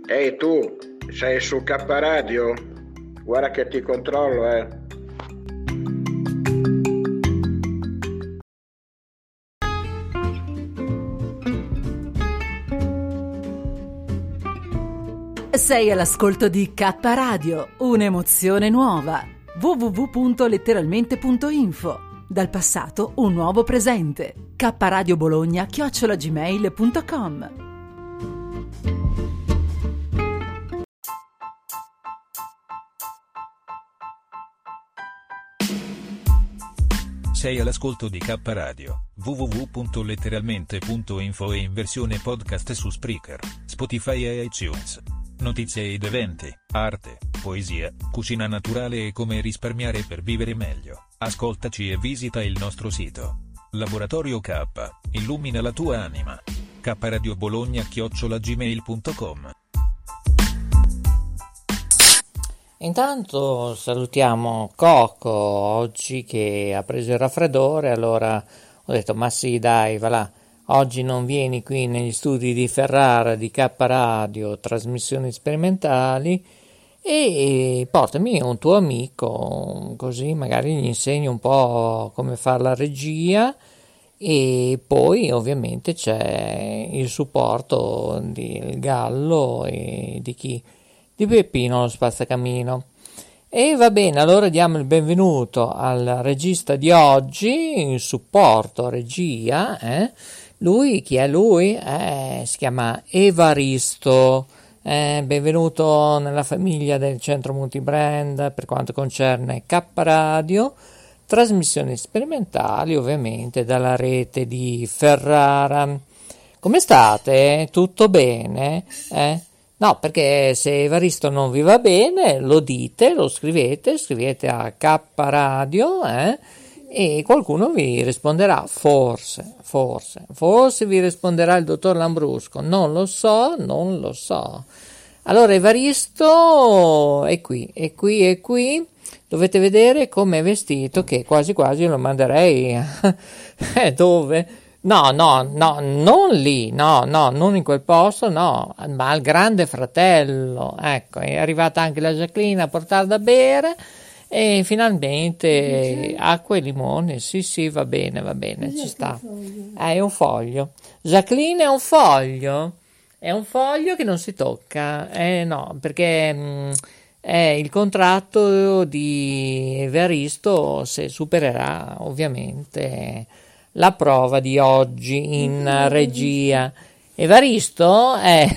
Ehi tu, sei su K Radio? Guarda che ti controllo, eh. Sei all'ascolto di K Radio, un'emozione nuova. www.letteralmente.info. Dal passato un nuovo presente. kradiobologna@gmail.com. Sei all'ascolto di K Radio, www.letteralmente.info e in versione podcast su Spreaker, Spotify e iTunes. Notizie ed eventi, arte, poesia, cucina naturale e come risparmiare per vivere meglio. Ascoltaci e visita il nostro sito. Laboratorio K, illumina la tua anima. kradiobologna@gmail.com. Intanto salutiamo Coco oggi che ha preso il raffreddore, allora ho detto ma sì dai va là, oggi non vieni qui negli studi di Ferrara di K Radio, trasmissioni sperimentali, e portami un tuo amico, così magari gli insegni un po' come fare la regia, e poi ovviamente c'è il supporto di Gallo e di chi? Di Peppino lo spazzacamino. E va bene, allora diamo il benvenuto al regista di oggi, in supporto regia, Lui, chi è lui? Si chiama Evaristo. Benvenuto nella famiglia del Centro Multibrand per quanto concerne K Radio, trasmissioni sperimentali ovviamente dalla rete di Ferrara. Come state? Tutto bene? No, perché se Evaristo non vi va bene lo dite, lo scrivete a K Radio, e qualcuno vi risponderà, forse vi risponderà il dottor Lambrusco, non lo so. Allora Evaristo è qui, dovete vedere come è vestito, che quasi lo manderei dove? No, non lì, non in quel posto, no, ma al Grande Fratello. Ecco, è arrivata anche la Jacqueline a portare da bere e finalmente acqua e limone. Sì, va bene, ci sta. È un foglio. Jacqueline è un foglio che non si tocca. No, perché il contratto di Evaristo se supererà ovviamente la prova di oggi in regia. Evaristo è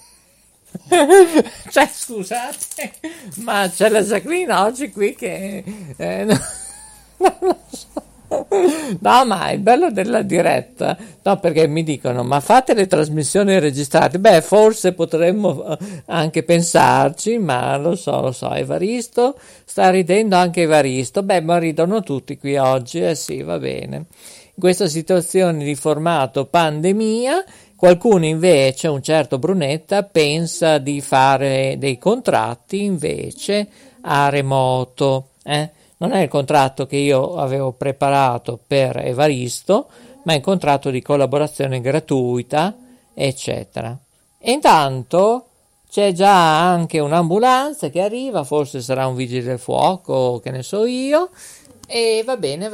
cioè scusate, ma c'è la Jacqueline oggi qui che non lo so. No, ma il bello della diretta, no, perché mi dicono ma fate le trasmissioni registrate, beh forse potremmo anche pensarci, ma lo so, Evaristo sta ridendo, anche Evaristo, ma ridono tutti qui oggi, sì, va bene. In questa situazione di formato pandemia, qualcuno invece, un certo Brunetta, pensa di fare dei contratti invece a remoto. Non è il contratto che io avevo preparato per Evaristo, ma è il contratto di collaborazione gratuita, eccetera. E intanto c'è già anche un'ambulanza che arriva, forse sarà un vigile del fuoco, che ne so io. E va bene.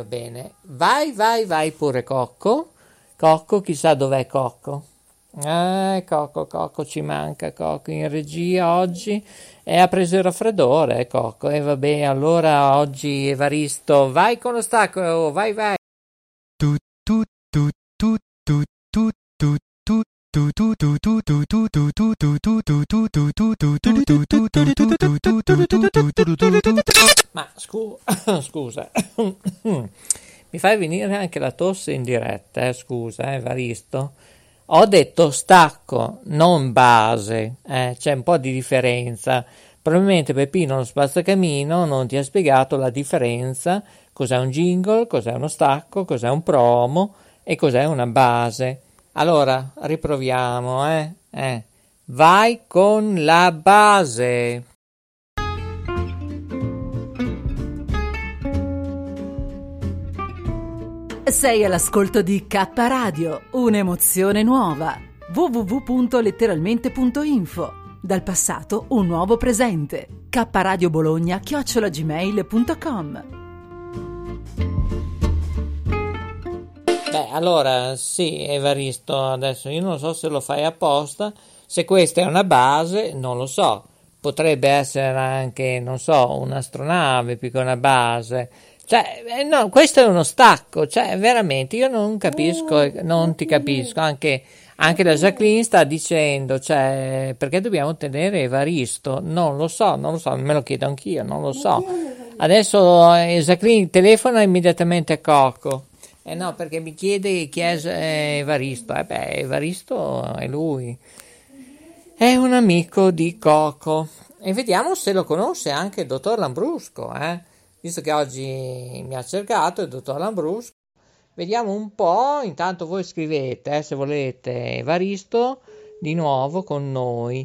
Vai pure Cocco, chissà dov'è Cocco. Cocco, ci manca Cocco in regia oggi e ha preso il raffreddore, Cocco. E vabbè, allora oggi Evaristo, vai con lo stacco, vai. Ma scusa, mi fai venire anche la tosse in diretta, scusa, Evaristo. Ho detto stacco, non base, c'è un po' di differenza. Probabilmente Peppino lo spazzacamino non ti ha spiegato la differenza, cos'è un jingle, cos'è uno stacco, cos'è un promo e cos'è una base. Allora, riproviamo, Vai con la base. Sei all'ascolto di K Radio, un'emozione nuova. www.letteralmente.info. Dal passato un nuovo presente. kradiobologna@gmail.com. Beh, allora, sì, Evaristo, adesso io non so se lo fai apposta, se questa è una base, non lo so, potrebbe essere anche, non so, un'astronave più che una base, cioè, no, questo è uno stacco, cioè, veramente, io non capisco, non ti capisco, anche la Jacqueline sta dicendo, cioè, perché dobbiamo tenere Evaristo? Non lo so, me lo chiedo anch'io, non lo so. Adesso Jacqueline telefona immediatamente a Coco. No, perché mi chiede chi è Evaristo. Evaristo è lui. È un amico di Coco. E vediamo se lo conosce anche il dottor Lambrusco, visto che oggi mi ha cercato il dottor Lambrusco. Vediamo un po', intanto voi scrivete, se volete, Evaristo, di nuovo con noi.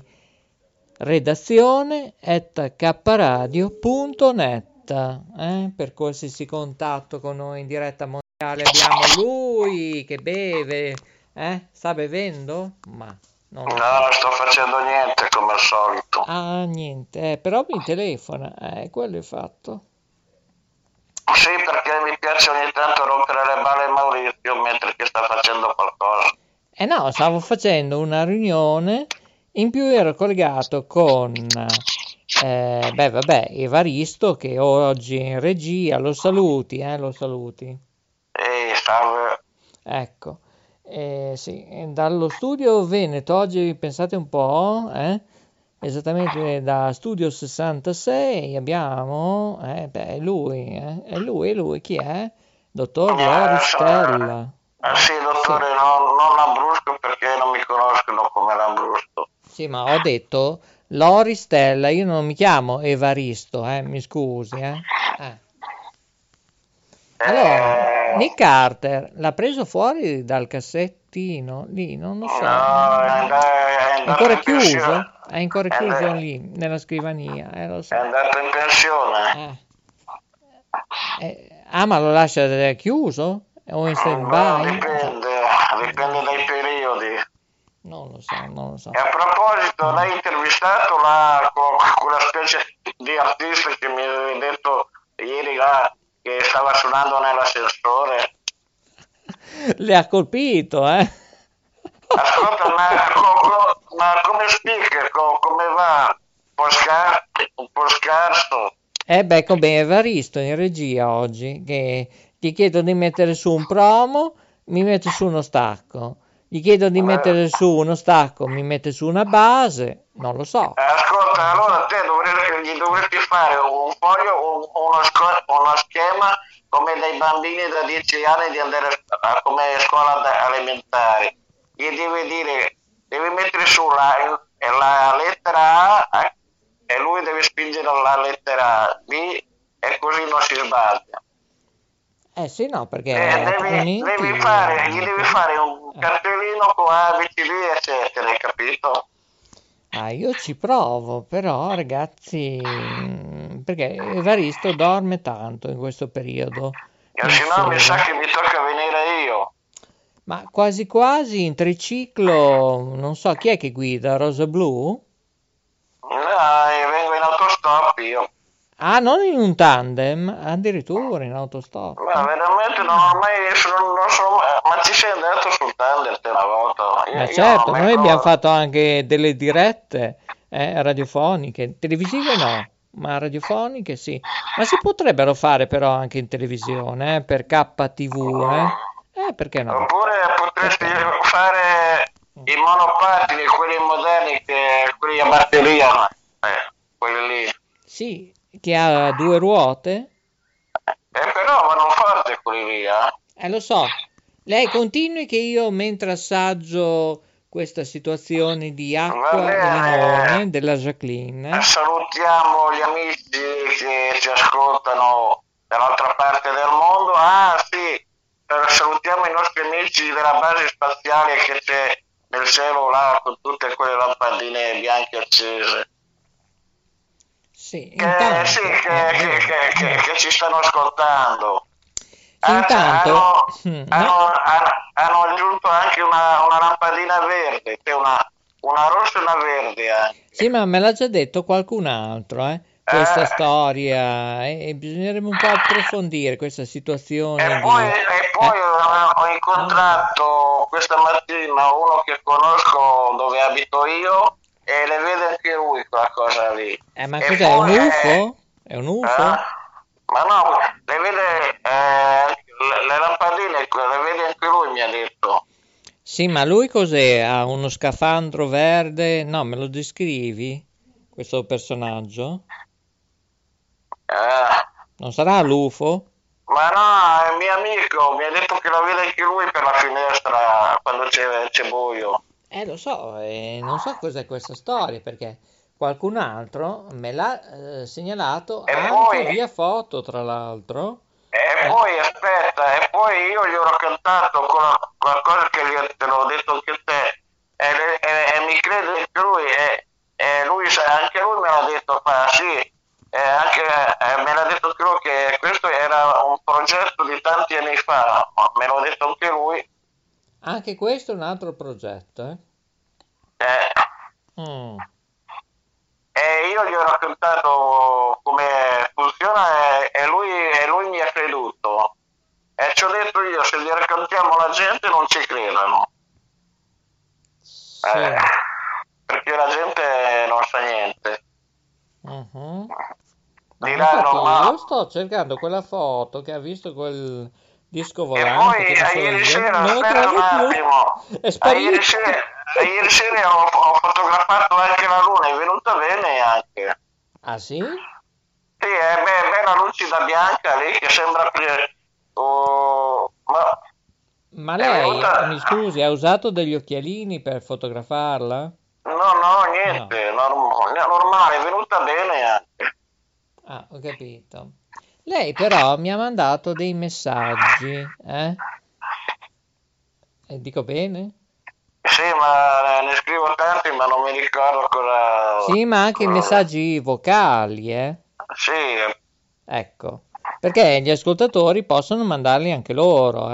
redazione@kradio.net, per qualsiasi contatto con noi in diretta mondiale. Abbiamo lui che beve, sta bevendo? Ma non No, non sto facendo niente come al solito. Ah, niente, però mi telefona, quello è fatto. Sì, perché mi piace ogni tanto rompere le balle a Maurizio mentre che sta facendo qualcosa. No, stavo facendo una riunione, in più ero collegato con, Evaristo, che oggi è in regia, lo saluti, lo saluti. Salve. Ecco, sì, dallo studio Veneto, oggi pensate un po', esattamente da Studio 66 abbiamo, è lui, chi è? Dottor Loris Stella. Sì, dottore, sì. Non Lambrusco perché non mi conoscono come Lambrusco. Sì, ma ho detto Loris Stella, io non mi chiamo Evaristo, mi scusi, Allora, Nick Carter l'ha preso fuori dal cassettino, lì, non lo so. No, è ancora chiuso? È ancora chiuso lì, nella scrivania, lo so. È andato in pensione. Ma lo lascia chiuso? O in stand-by? Dipende dai periodi. Non lo so. E a proposito, l'hai intervistato quella specie di artista che mi avevi detto ieri là, che stava suonando nell'ascensore? Le ha colpito, Ascolta, ma come speaker, come va? Un po' scarso. Come Evaristo in regia oggi, che gli chiedo di mettere su un promo, mi mette su uno stacco. Gli chiedo di mettere su uno stacco, mi mette su una base, non lo so. Ascolta, allora te gli dovresti fare un foglio, uno schema come dei bambini da 10 anni di andare come scuola elementare. Gli devi mettere su la lettera A e lui deve spingere la lettera B e così non si sbaglia. Sì, no, perché gli devi fare un cartellino con A, B, C, D, eccetera, hai capito? Io ci provo, però, ragazzi, perché Evaristo dorme tanto in questo periodo. Se no mi sa che mi tocca venire io. Ma quasi quasi in triciclo, non so, chi è che guida? Rosa Blu? No, vengo in autostop io. Non in un tandem, addirittura in autostop. Ma veramente non ho mai, ma ci sei andato sul tandem una volta? Ma certo, noi abbiamo fatto anche delle dirette radiofoniche, televisive no, ma radiofoniche sì. Ma si potrebbero fare però anche in televisione, per KTV, perché no? Oppure potresti fare i monopattini, quelli moderni, quelli a batteria, quelli lì. Sì, che ha 2 ruote? Però vanno forte quelli lì, lo so. Lei continui che io, mentre assaggio questa situazione di acqua e limone della Jacqueline. Salutiamo gli amici che ci ascoltano dall'altra parte del mondo. Sì, salutiamo i nostri amici della base spaziale che c'è nel cielo là con tutte quelle lampadine bianche accese. Sì, che ci stanno ascoltando. Intanto hanno aggiunto anche una lampadina verde, che è una una rossa e una verde anche. Sì, ma me l'ha già detto qualcun altro, questa storia, e bisognerebbe un po' approfondire questa situazione E poi ho incontrato questa mattina uno che conosco dove abito io e le vede anche lui quella cosa lì. Ma E cos'è, un poi, UFO? È un UFO? Ma no, le vede le lampadine, le vede anche lui, mi ha detto. Sì, ma lui cos'è? Ha uno scafandro verde? No, me lo descrivi? Questo personaggio? Non sarà l'UFO? Ma no, è un mio amico, mi ha detto che lo vede anche lui per la finestra quando c'è buio. Lo so, non so cos'è questa storia, perché qualcun altro me l'ha segnalato E anche poi- via foto, tra l'altro. E poi aspetta, e poi io gli ho raccontato qualcosa che te l'ho detto anche a te, e mi crede anche lui, e lui anche lui me l'ha detto, sì, me l'ha detto anche lui che questo era un progetto di tanti anni fa, me l'ha detto anche lui. Anche questo è un altro progetto, Mm. E io gli ho raccontato come funziona e lui mi ha creduto. E ci ho detto io, se gli raccontiamo la gente non ci credono. Sì. Perché la gente non sa niente. Mhm. Ma Diranno, infatti ma... io sto cercando quella foto che ha visto quel disco E volante, poi che ne so ieri io, sera, non lo aspetta un trovo più, attimo, è sparito. ieri sera ho fotografato anche la luna, è venuta bene anche. Ah sì? Sì, è bella lucida bianca lì che sembra più... Ma è lei, venuta... mi scusi, ha usato degli occhialini per fotografarla? No, niente, normale, è venuta bene anche. Ah, ho capito. Lei però mi ha mandato dei messaggi, E dico bene? Sì, ma ne scrivo tanti, ma non mi ricordo cosa... Sì, ma anche i messaggi vocali, Sì, Ecco, perché gli ascoltatori possono mandarli anche loro,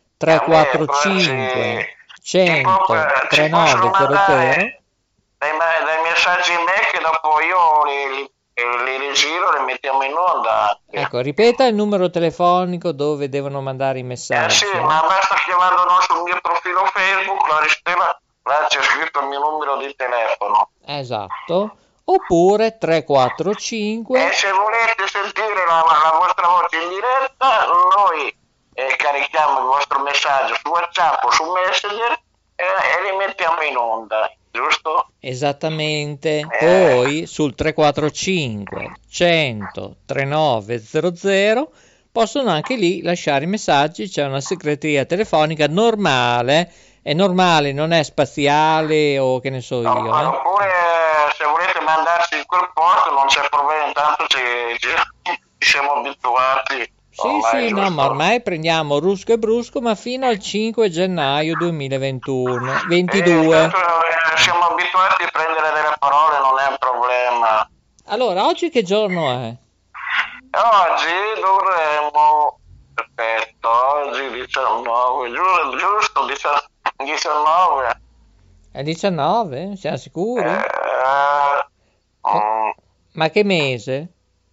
345 100 ci possono 3900. mandare dei messaggi in me che dopo io li rigiro e li mettiamo in onda anche. Ecco, ripeta il numero telefonico dove devono mandare i messaggi. Sì, ma basta chiamando sul mio profilo Facebook, là c'è scritto il mio numero di telefono. Esatto. Oppure 345. E se volete sentire la vostra voce in diretta, noi carichiamo il vostro messaggio su WhatsApp o su Messenger e li mettiamo in onda, giusto? Esattamente. Poi sul 345 100 3900 possono anche lì lasciare i messaggi, c'è una segreteria telefonica normale, è normale, non è spaziale o che ne so io. Oppure se volete mandarsi in quel posto non c'è problema, intanto ci siamo abituati. Sì, ormai, sì, no, giusto? ma ormai prendiamo Rusco e Brusco, ma fino al 5 gennaio 2021, 22. Intanto, siamo abituati a prendere delle parole, non è un problema. Allora, oggi che giorno è? Oggi dovremmo, aspetta, oggi 19, giusto 19. È 19? Siamo sicuri? Mm, Ma che mese?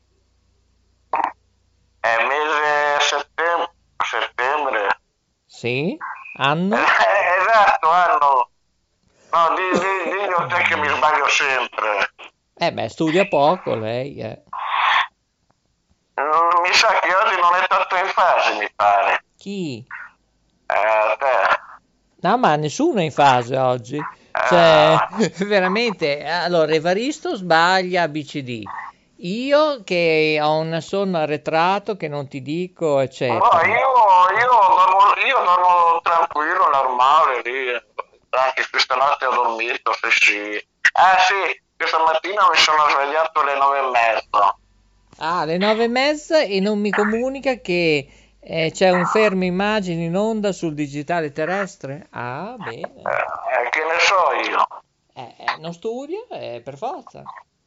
è mese settembre. Sì? Anno? Esatto, anno. No, digli a te che mi sbaglio sempre. Beh, studia poco lei, Mi sa che oggi non è tanto in fase, mi pare. Chi? Te. No, ma nessuno è in fase oggi. Cioè, veramente, allora, Evaristo sbaglia ABCD. Io che ho un sonno arretrato che non ti dico, eccetera. No, io dormo tranquillo, normale lì. Anche questa notte ho dormito, sì. Ah sì, questa mattina mi sono svegliato alle 9:30. Ah, alle 9:30 e non mi comunica che c'è un fermo immagini in onda sul digitale terrestre? Ah, bene. Che ne so io. Non studia? Per forza.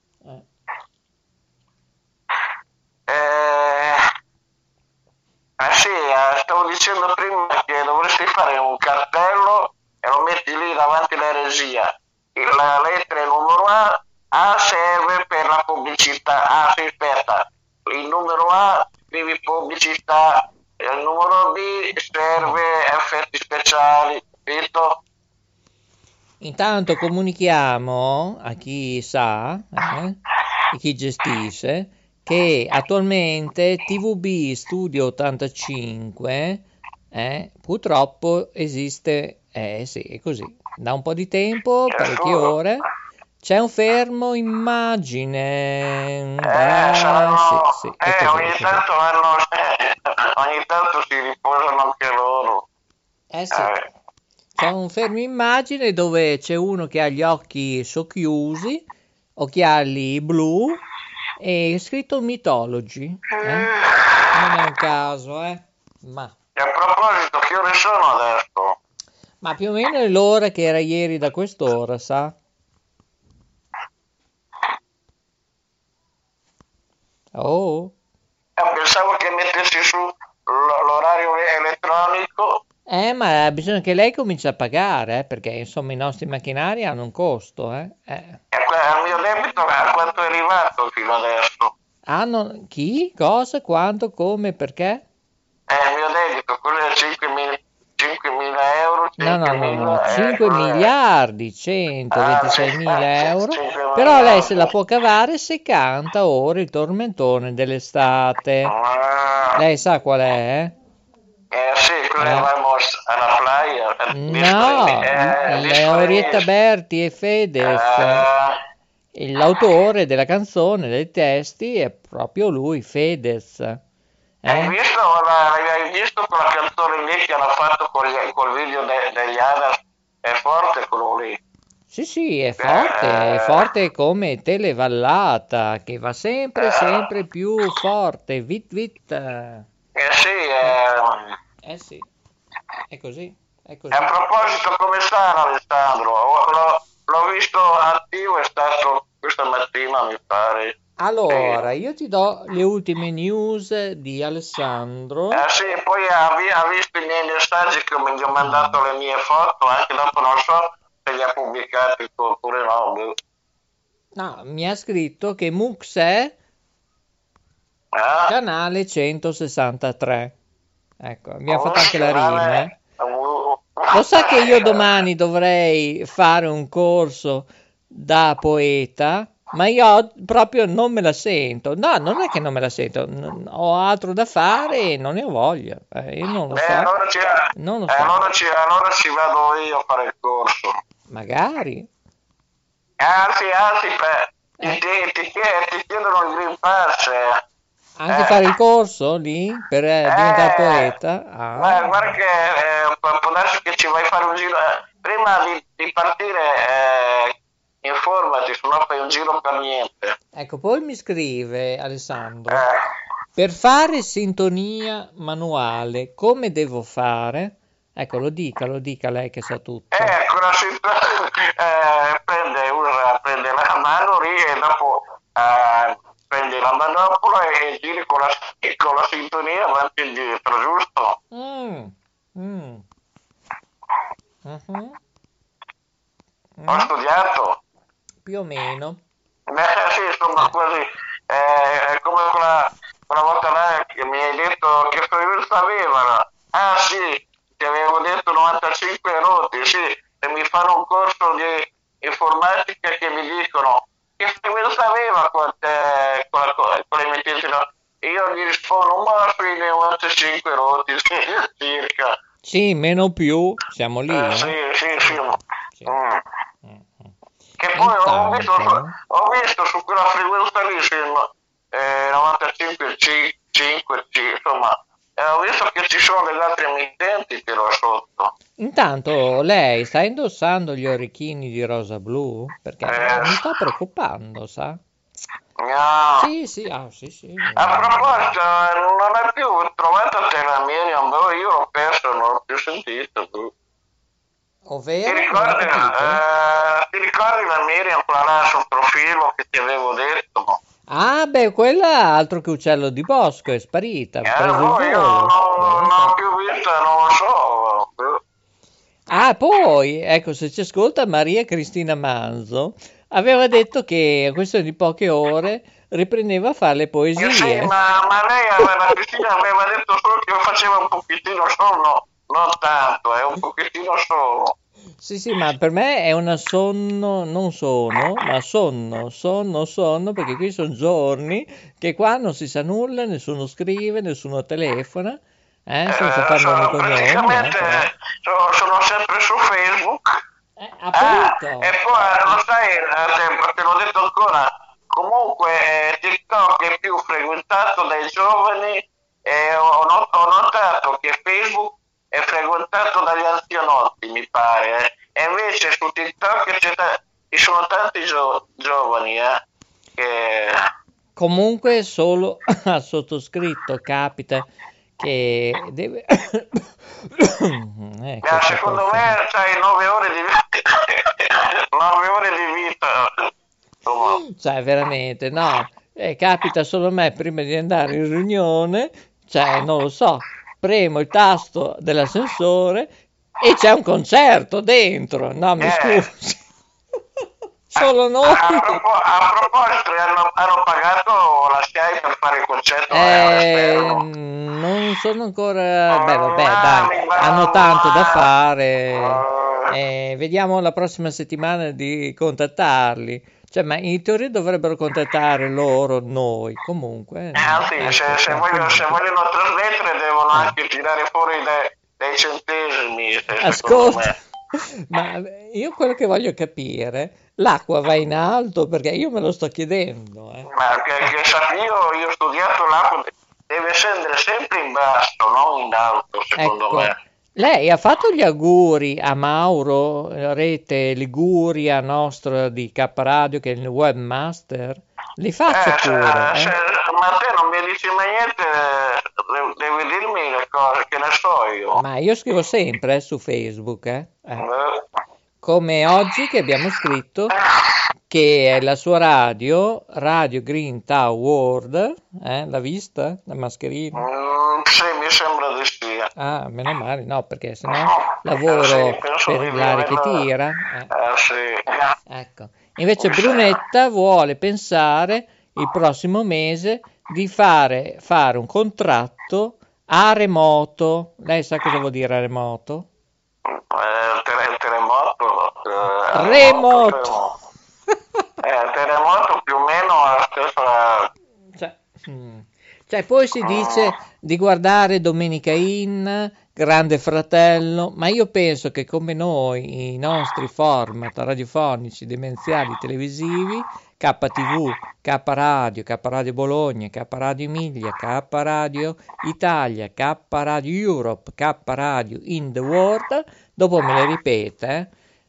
Sì, stavo dicendo prima che dovresti fare un cartello e lo metti lì davanti all'eresia. la lettera numero A serve per la pubblicità. Ah sì, aspetta, il numero A scrivi pubblicità, il numero B serve effetti speciali, capito? Intanto comunichiamo a chi sa, e chi gestisce, che attualmente TVB Studio 85 purtroppo esiste, sì, è così, da un po' di tempo, parecchie ore, c'è un fermo immagine. Sì, è così, ogni tanto si riposano anche loro. Sì. C'è un fermo immagine dove c'è uno che ha gli occhi socchiusi, occhiali blu e scritto Mythology. Non è un caso, ma... E a proposito, che ore sono adesso? Ma più o meno è l'ora che era ieri da quest'ora, sa? Oh? Pensavo che mettessi su l'orario elettronico. Ma bisogna che lei cominci a pagare, perché insomma i nostri macchinari hanno un costo, E al mio debito a quanto è arrivato fino adesso? Chi? Cosa? Quanto? Come? Perché? Il mio debito, quello è 5.000 euro. No, 5 miliardi, 126 mila euro, 5 però lei miliardi. se la può cavare se canta ora il tormentone dell'estate. Lei sa qual è? Sì, quello vamos alla playa. No, Orietta Berti e Fedez. L'autore della canzone, dei testi, è proprio lui, Fedez. Hai visto quella canzone lì che hanno fatto col video degli Adas? È forte quello lì. Sì, è forte come Televallata, che va sempre più forte, vit. Sì, è così. A proposito, come sta Alessandro? L'ho visto attivo, è stato questa mattina, mi pare. Allora, io ti do le ultime news di Alessandro. Sì, poi ha visto i miei messaggi che gli ho mandato le mie foto, anche dopo non so se li ha pubblicati oppure no. No, mi ha scritto che Mux è canale 163. Ecco, mi ha fatto anche la rima. Lo sa che io domani dovrei fare un corso da poeta, ma io proprio non me la sento. No, non è che non me la sento, ho altro da fare e non ne ho voglia. Io non lo so. Allora ci vado io a fare il corso. Magari. Anzi, ti chiedono il Green Pass. Anche fare il corso lì per diventare poeta? Guarda che può darsi che ci vai a fare un giro. Prima di partire, informati, se no fai un giro per niente. Ecco, poi mi scrive Alessandro, per fare sintonia manuale, come devo fare? Ecco, lo dica lei che sa tutto. Prende la mano lì e dopo prendi la manopola e giri con la sintonia avanti e indietro, giusto? Ho studiato. Più o meno. Sì, insomma, così. È come quella volta là che mi hai detto che frequenza avevano. Ah sì, ti avevo detto 95 roti, sì, e mi fanno un corso di informatica che mi dicono che frequenza aveva con l'emittente. Io gli rispondo, ma sui 95 roti, circa. Sì, meno più, siamo lì. Sì. Che poi ho visto su quella frequenza lì, 95, 5, insomma, ho visto che ci sono degli altri emittenti che lo sotto. Intanto lei sta indossando gli orecchini di rosa blu? Perché mi sta preoccupando, sa? No. Sì. A proposito, non è più trovata te la Miriam, io l'ho perso, non l'ho più sentito. Ovvero? Ti ricordi la Miriam, quella là sul profilo che ti avevo detto? Ah, beh, quella altro che uccello di bosco, è sparita. Io non l'ho più vista, non lo so. Ah, poi, ecco, se ci ascolta Maria Cristina Manzo, aveva detto che a questione di poche ore riprendeva a fare le Sì, poesie. ma lei, la Cristina aveva detto solo che faceva un pochettino solo, non tanto, è un pochettino solo. Sì, ma per me è una sonno, non sono, ma sonno, perché qui sono giorni che qua non si sa nulla, nessuno scrive, nessuno telefona, senza fare nomi e cognomi, Praticamente però. sono sempre su Facebook. Appunto. E poi lo sai, te l'ho detto ancora, comunque TikTok è più frequentato dai giovani e ho notato che Facebook è frequentato dagli anzianotti, mi pare, e invece su TikTok ci sono tanti giovani, che... Comunque solo al sottoscritto capita che deve... questa secondo cosa. me c'hai 9 ore di vita, 9 ore di vita. Insomma. Cioè, veramente, no. Capita solo a me prima di andare in riunione, cioè, non lo so, premo il tasto dell'ascensore e c'è un concerto dentro. No, mi scusi. Solo noi. A proposito, hanno pagato la SKY per fare il concerto all'esterno? Non sono ancora... Beh, vabbè, dai, hanno tanto da fare. Vediamo la prossima settimana di contattarli. Cioè, ma in teoria dovrebbero contattare loro, noi, comunque. Sì, ecco, se vogliono trasmettere devono anche tirare fuori dei centesimi, secondo me. Ascolta, ma io quello che voglio capire, l'acqua va in alto? Perché io me lo sto chiedendo. Ma che sappia io ho studiato l'acqua, deve scendere sempre in basso, non in alto, secondo Ecco, me. lei ha fatto gli auguri a Mauro, Rete Liguria nostro di K Radio, che è il webmaster? Li faccio pure. Ma te non mi dici mai niente, devi dirmi le cose, che ne so io. Ma io scrivo sempre su Facebook, come oggi che abbiamo scritto che è la sua radio, Radio Green Town World, l'ha vista? La mascherina? Sì, mi sembra di sì. Ah, meno male, no, perché sennò lavoro per l'aria che tira. Sì. Ecco. Invece Brunetta vuole pensare il prossimo mese di fare un contratto a remoto. Lei sa cosa vuol dire a remoto? Terremoto. Remoto. Terremoto più o meno è la stessa. Cioè, poi si dice di guardare Domenica In, Grande Fratello, ma io penso che come noi, i nostri format radiofonici, demenziali, televisivi, KTV, K Radio Bologna, K Radio Emilia, K Radio Italia, K Radio Europe, K Radio in the World, dopo me le ripete,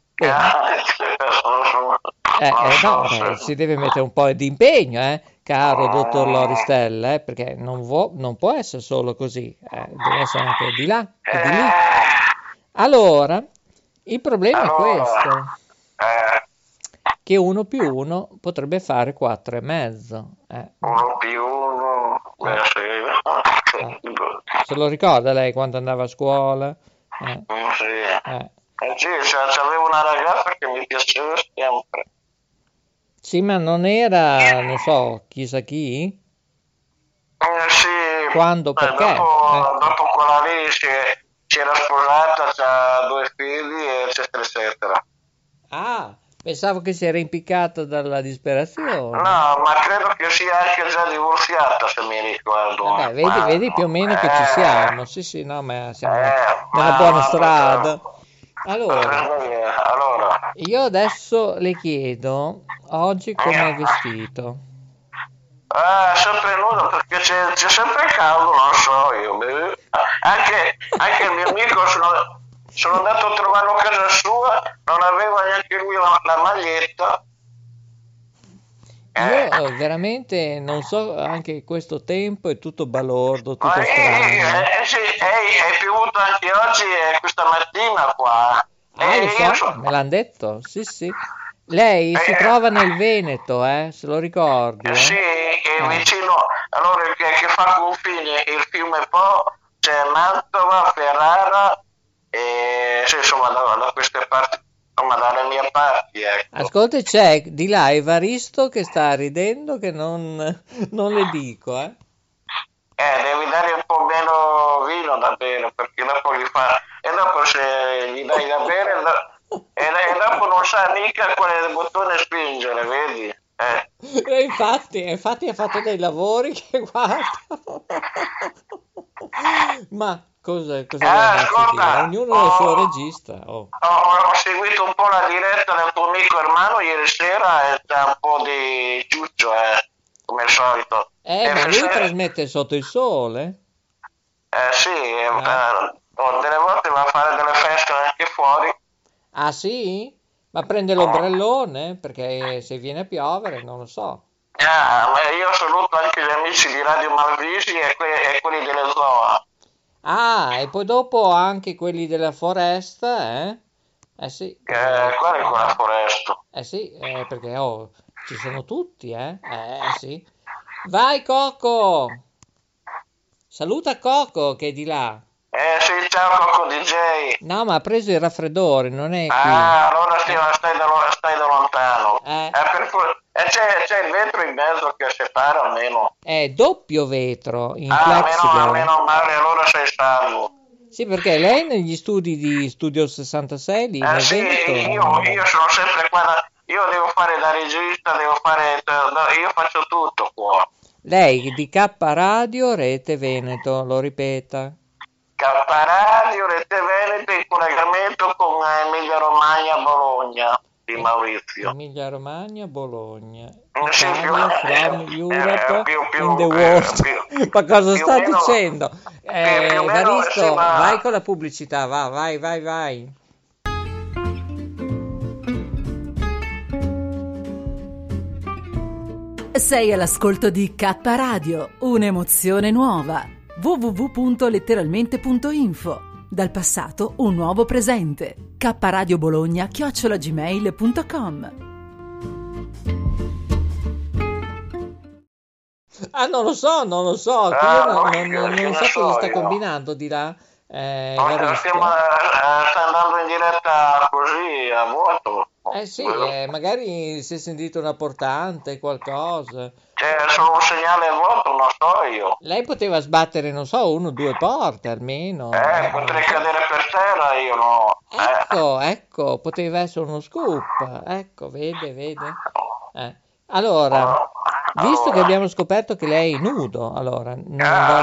no, si deve mettere un po' di impegno, caro dottor Loristella, perché non può essere solo così, deve essere anche di là e di lì. Allora, il problema è questo, che 1 più 1 potrebbe fare 4,5. 1 più 1, Se lo ricorda lei quando andava a scuola? Sì, c'avevo una ragazza che mi piaceva sempre. Sì, ma non era, non so, chissà chi? Sì. Quando, perché? Dopo quella lì si era sposata, c'ha 2 figli, eccetera, eccetera. Ah, pensavo che si era impiccata dalla disperazione. No, ma credo che sia anche già divorziata, se mi ricordo. Vabbè, vedi più o meno che ci siamo. Sì, no, ma siamo nella buona strada. Allora, io adesso le chiedo, oggi come è vestito? Sempre nudo, perché c'è sempre caldo, non so io. Anche il mio amico, sono andato a trovarlo a casa sua, non aveva neanche lui la maglietta. Io veramente non so, anche questo tempo è tutto balordo, tutto strano. Sì, è piovuto anche oggi e questa mattina qua. Lo so, me l'hanno detto, sì. Lei si trova nel Veneto, se lo ricordi? Sì, è vicino, allora che fa confine il fiume Po, c'è Mantova, Ferrara, e sì, insomma Ascolta, c'è di là Evaristo che sta ridendo che non le dico, Devi dare un po' meno vino da bere, perché dopo gli fa... E dopo se gli dai da bere... E dopo non sa mica quale bottone spingere, vedi? Infatti ha fatto dei lavori che guarda. Ma cosa ascolta, dire? Ognuno ha il suo regista. Ho seguito un po' la diretta del tuo amico Ermano ieri sera e c'è un po' di ciuccio, come al solito. Ma lui trasmette sotto il sole? Sì, delle volte va a fare delle feste anche fuori. Ah sì? Ma prende l'ombrellone? Perché se viene a piovere non lo so. Ma io saluto anche gli amici di Radio Malvisi e quelli delle zone. Ah, e poi dopo anche quelli della foresta, sì. Qual è quella foresta? Sì, perché ci sono tutti, sì. Vai Coco! Saluta Coco che è di là. Sì, ciao Coco DJ. No, ma ha preso il raffreddore, non è qui. Allora stai da lontano. C'è il vetro in mezzo che separa almeno. È doppio vetro in plexiglass. Meno male, allora sei salvo. Sì, perché lei negli studi di Studio 66 lì nel sì, Veneto? io sono sempre qua, io devo fare da regista, io faccio tutto qua. Lei di K Radio Rete Veneto, lo ripeta. K Radio Rete Veneto in collegamento con Emilia Romagna Bologna di Maurizio. Emilia Romagna Bologna. Sì, from Europe in the world. Ma cosa sta dicendo? Evaristo, vai con la pubblicità, vai. Sei all'ascolto di K Radio, un'emozione nuova. www.letteralmente.info. Dal passato un nuovo presente. kradiobologna@gmail.com. Non lo so, non so cosa sta combinando di là. Stiamo andando in diretta così a vuoto. Sì, magari si è sentito una portante, qualcosa. Solo un segnale a vuoto, non so io. Lei poteva sbattere, non so, 1 o 2 porte almeno. Potrei cadere per terra, io no. Ecco, poteva essere uno scoop. Ecco, vede. Allora, visto che abbiamo scoperto che lei è nudo, allora non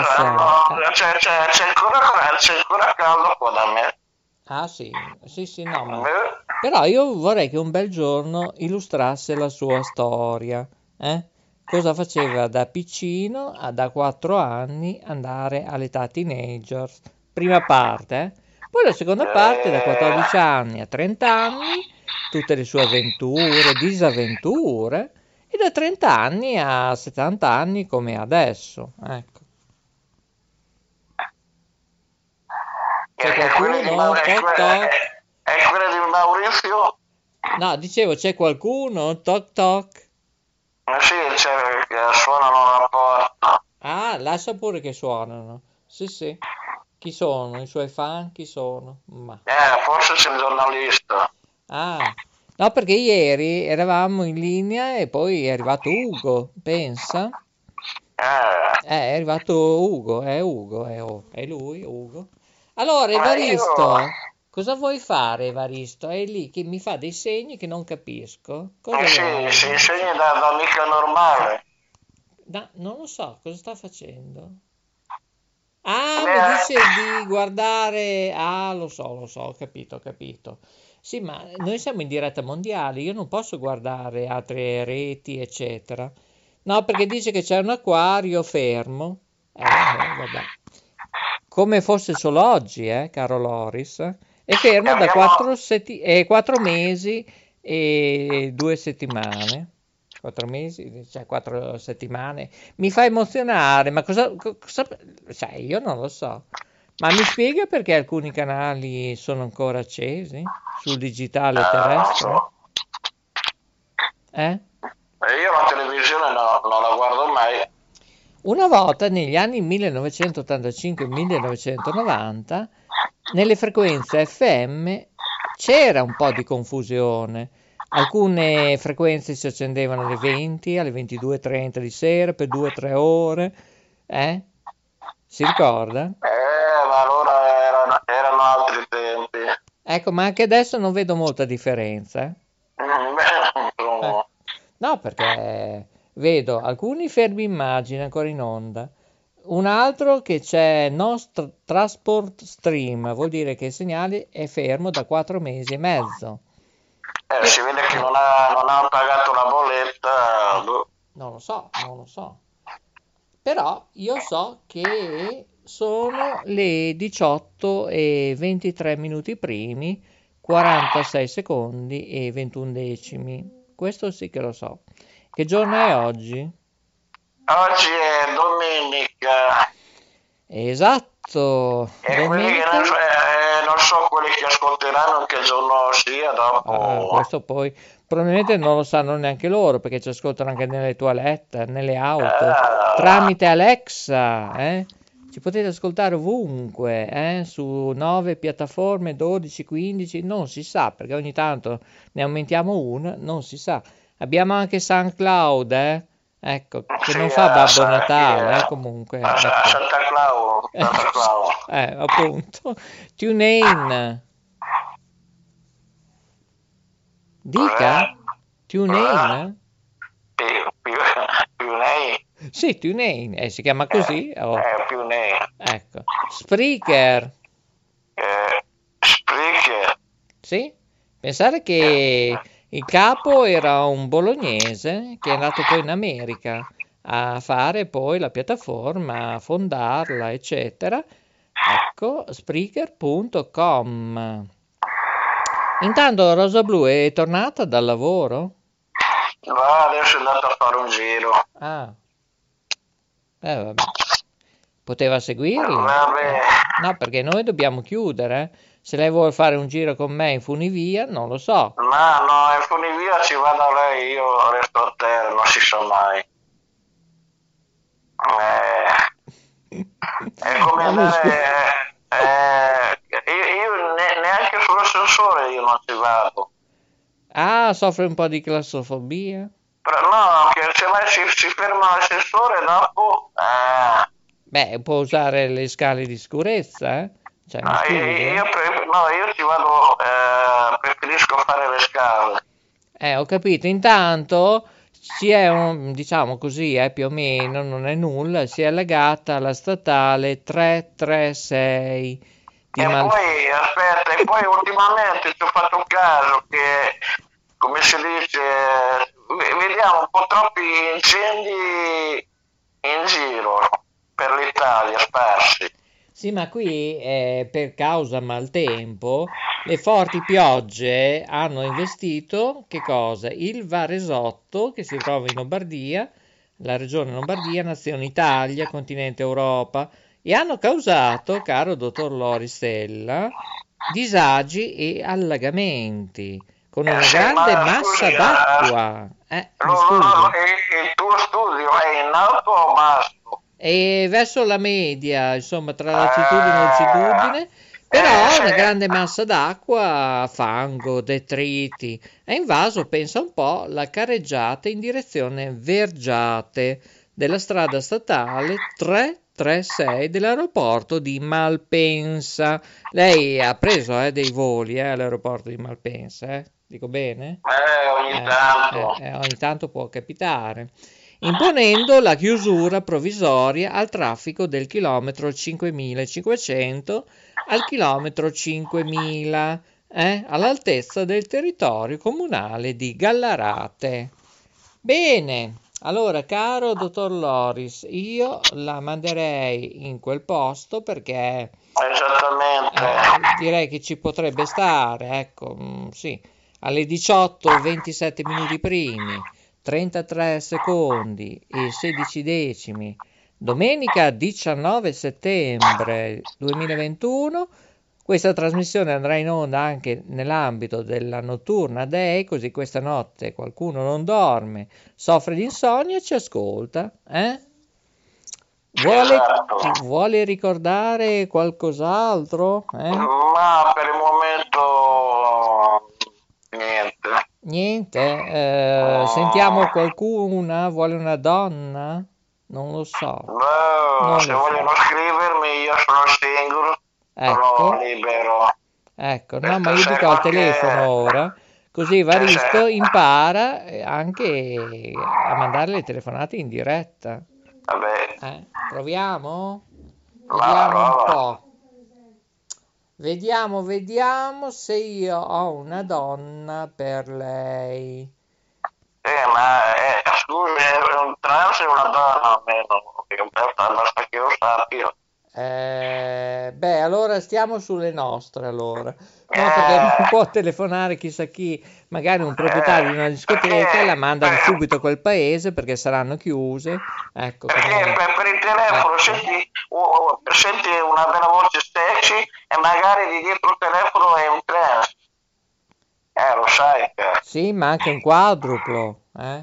c'è ancora caldo qua da me. Ah sì, no, ma... Però io vorrei che un bel giorno illustrasse la sua storia, Cosa faceva da piccino, da 4 anni, andare all'età teenagers, prima parte, Poi la seconda parte, da 14 anni a 30 anni, tutte le sue avventure, disavventure, e da 30 anni a 70 anni come adesso, ecco. C'è qualcuno? Toc toc. È quella di Maurizio? No, dicevo, c'è qualcuno? Toc toc. Sì, c'è, che suonano la porta. Ah, lascia pure che suonano. Sì. Chi sono? I suoi fan? Chi sono? Ma... forse c'è il giornalista. Ah, no, perché ieri eravamo in linea e poi è arrivato Ugo, pensa? È arrivato Ugo, è lui, Ugo. Allora, Evaristo, cosa vuoi fare, Evaristo? È lì che mi fa dei segni che non capisco. Cosa vuoi? Si insegna da mica normale. No, non lo so, cosa sta facendo? Ah, mi dice di guardare... Ah, lo so, ho capito. Sì, ma noi siamo in diretta mondiale, io non posso guardare altre reti, eccetera. No, perché dice che c'è un acquario fermo. Vabbè. Come fosse solo oggi, caro Loris. È fermo da 4 mesi e 2 settimane. 4 mesi, cioè 4 settimane. Mi fa emozionare, ma cosa cioè, io non lo so. Ma mi spiega perché alcuni canali sono ancora accesi sul digitale terrestre? Io la televisione non la guardo mai. Una volta, negli anni 1985-1990, nelle frequenze FM c'era un po' di confusione. Alcune frequenze si accendevano alle 20, alle 22:30 di sera per 2-3 ore. Si ricorda? Ma allora erano altri tempi. Ecco, ma anche adesso non vedo molta differenza. No, perché vedo alcuni fermi immagini ancora in onda, un altro che c'è Transport Stream, vuol dire che il segnale è fermo da 4 mesi e mezzo. Si vede che non ha pagato la bolletta. Non lo so. Però io so che sono le 18 e 23 minuti primi, 46 secondi e 21 decimi. Questo sì che lo so. Che giorno è oggi? Oggi è domenica. Esatto. E quelli che non so, quelli che ascolteranno che giorno sia dopo. Questo poi probabilmente non lo sanno neanche loro, perché ci ascoltano anche nelle toilette, nelle auto, tramite Alexa, Ci potete ascoltare ovunque, su 9 piattaforme, 12, 15, non si sa, perché ogni tanto ne aumentiamo una, non si sa. Abbiamo anche SoundCloud, ecco, che non fa Babbo Natale, comunque. Ecco. Santa Claus. Appunto. TuneIn. Dica? TuneIn? TuneIn? Sì, TuneIn, si chiama così? TuneIn. Ecco. Spreaker. Spreaker? Sì? Pensare che il capo era un bolognese che è andato poi in America a fare poi la piattaforma, a fondarla, eccetera. Ecco, Spreaker.com. Intanto Rosa Blu è tornata dal lavoro? No, adesso è andata a fare un giro. Vabbè. Poteva seguirla? Vabbè. No, perché noi dobbiamo chiudere. Se lei vuole fare un giro con me in funivia, non lo so. No, in funivia ci vado lei, io resto a terra, non si sa mai. È come andare... io neanche sull'ascensore io non ci vado. Soffre un po' di claustrofobia? Però no, che se lei si ferma l'ascensore dopo... Beh, può usare le scale di sicurezza, Cioè, io ci vado, preferisco fare le scale. Ho capito. Intanto si è, diciamo così, più o meno, non è nulla, si è allagata la statale 336 di poi ultimamente ci ho fatto caso che, come si dice, vediamo un po' troppi incendi in giro per l'Italia sparsi. Sì, ma qui per causa maltempo le forti piogge hanno investito che cosa? Il Varesotto, che si trova in Lombardia, la regione Lombardia, nazione Italia, continente Europa, e hanno causato, caro dottor Loristella, disagi e allagamenti con una grande massa d'acqua. Il tuo studio è in alto o basso? E verso la media, insomma, tra latitudine e longitudine, però una grande massa d'acqua, fango, detriti, ha invaso, pensa un po', la carreggiata in direzione Vergiate della strada statale 336 dell'aeroporto di Malpensa. Lei ha preso dei voli all'aeroporto di Malpensa, dico bene? Ogni tanto può capitare. Imponendo la chiusura provvisoria al traffico del chilometro 5500 al chilometro 5000, all'altezza del territorio comunale di Gallarate. Bene, allora, caro dottor Loris, io la manderei in quel posto perché direi che ci potrebbe stare, ecco, sì, alle 18:27 minuti primi, 33 secondi e 16 decimi, domenica 19 settembre 2021. Questa trasmissione andrà in onda anche nell'ambito della Notturna Day, così questa notte qualcuno non dorme, soffre di insonnia e ci ascolta. Vuole ricordare qualcos'altro? Ma per il momento Niente, sentiamo qualcuna, vuole una donna? Non lo so. Non se lo so. vogliono scrivermi, io sono single, Ecco. sono libero. Ecco, no, ma io dico al telefono ora, così Evaristo impara anche a mandare le telefonate in diretta. Vabbè, Proviamo? Va, Vediamo va, un va. po'. Vediamo se io ho una donna per lei. ma scusi, è un trans e una donna almeno, basta che lo sappia. Beh, allora stiamo sulle nostre allora. No, perché non può telefonare chissà chi, magari un proprietario di una discoteca, la mandano subito a quel paese perché saranno chiuse. Ecco, Perché come- per il telefono Ecco. senti una bella voce sexy e magari di dietro il telefono è un trans. Lo sai che. Sì, ma anche un quadruplo, eh?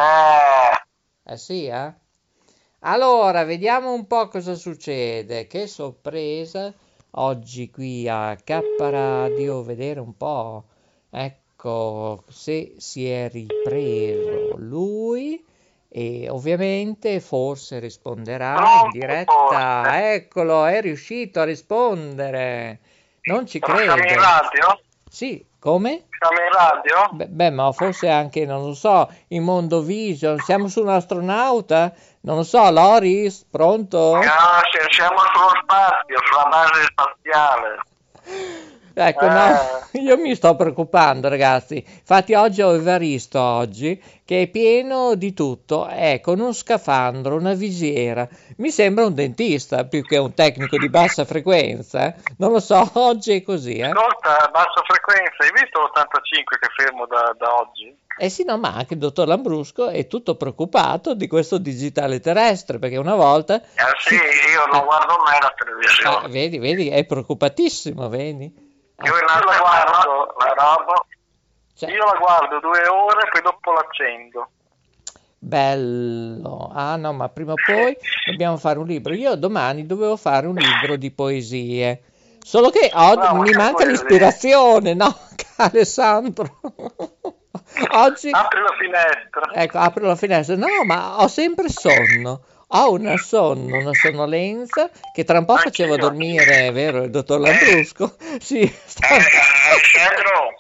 Sì, eh? Allora, vediamo un po' cosa succede. Che sorpresa oggi qui a K Radio, vedere un po'. Ecco, se si è ripreso lui e ovviamente forse risponderà in diretta. Eccolo, è riuscito a rispondere. Non ci Siamo in credo. radio? Sì, come? Siamo in radio? Beh, ma forse anche, non lo so, in Mondovision. Siamo su un astronauta? Non lo so, Loris, pronto? No, siamo sullo spazio, sulla base spaziale. Ecco, no, io mi sto preoccupando, ragazzi. Infatti oggi ho Evaristo oggi, che è pieno di tutto. Con uno scafandro, una visiera. Mi sembra un dentista più che un tecnico di bassa frequenza. Non lo so, oggi è così, eh? Ascolta, bassa frequenza, hai visto l'85 che fermo da oggi? Sì, no, ma anche il dottor Lambrusco è tutto preoccupato di questo digitale terrestre, perché una volta... Sì, io non guardo mai la televisione. Vedi, è preoccupatissimo, vedi? Io la guardo, la roba. Cioè, Io la guardo 2 ore, poi dopo l'accendo. bello. Ah no, ma prima o poi dobbiamo fare un libro. Io domani dovevo fare un libro di poesie, solo che oggi No, ma mi che manca poesie? l'ispirazione, no, Alessandro? Oggi... Apri la finestra. Ecco, apro la finestra. No, ma ho sempre sonno. Ho una sonnolenza che tra un po' facevo dormire, vero, il dottor Lambrusco? Sì. Alessandro,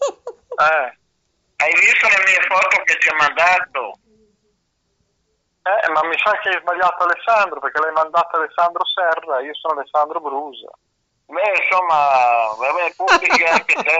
hai visto le mie foto che ti ho mandato? Ma mi sa che hai sbagliato Alessandro, perché l'hai mandato Alessandro Serra, io sono Alessandro Brusa. Beh, insomma, vabbè, pubblichi anche te.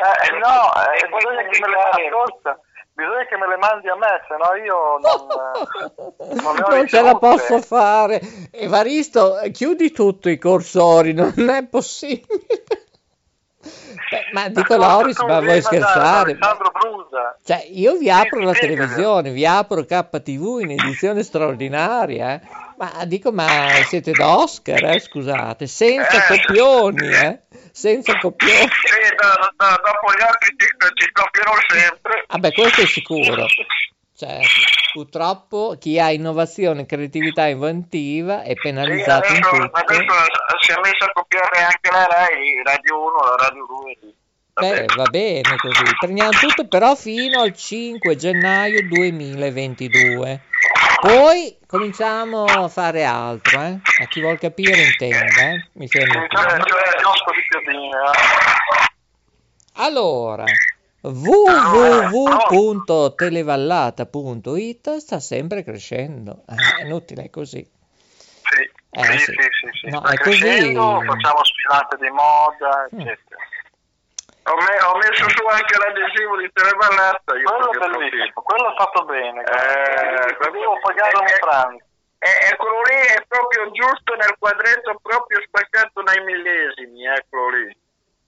Bisogna che me le mandi a me, se no io non ne ho Non ce la ricevute. posso fare. Evaristo, chiudi tutto i cursori, non è possibile. Ma dico Loris, ma vuoi scherzare? Alessandro Brusa. Cioè, io vi apro la spiegami. televisione, vi apro KTV in edizione straordinaria, Ma dico, ma siete da Oscar, scusate, senza copioni, senza copioni. Sì, dopo gli altri ci copierò sempre. Vabbè, questo è sicuro. Cioè, purtroppo chi ha innovazione e creatività inventiva è penalizzato in tutto. Adesso si è messa a copiare anche la Rai, Radio 1, la Radio 2. Beh, va bene così. Prendiamo tutto però fino al 5 gennaio 2022. Poi cominciamo a fare altro, A chi vuol capire intenda, Mi sembra. Allora, www.televallata.it sta sempre crescendo. È inutile, è così. Sì. No, Sta è così. crescendo, facciamo sfilate di moda, eccetera. Ho messo su anche l'adesivo di Televallata. Quello è bellissimo, quello è fatto bene. Devo pagare un pranzo. Eccolo lì, è proprio giusto nel quadretto, proprio spaccato nei millesimi, eccolo lì.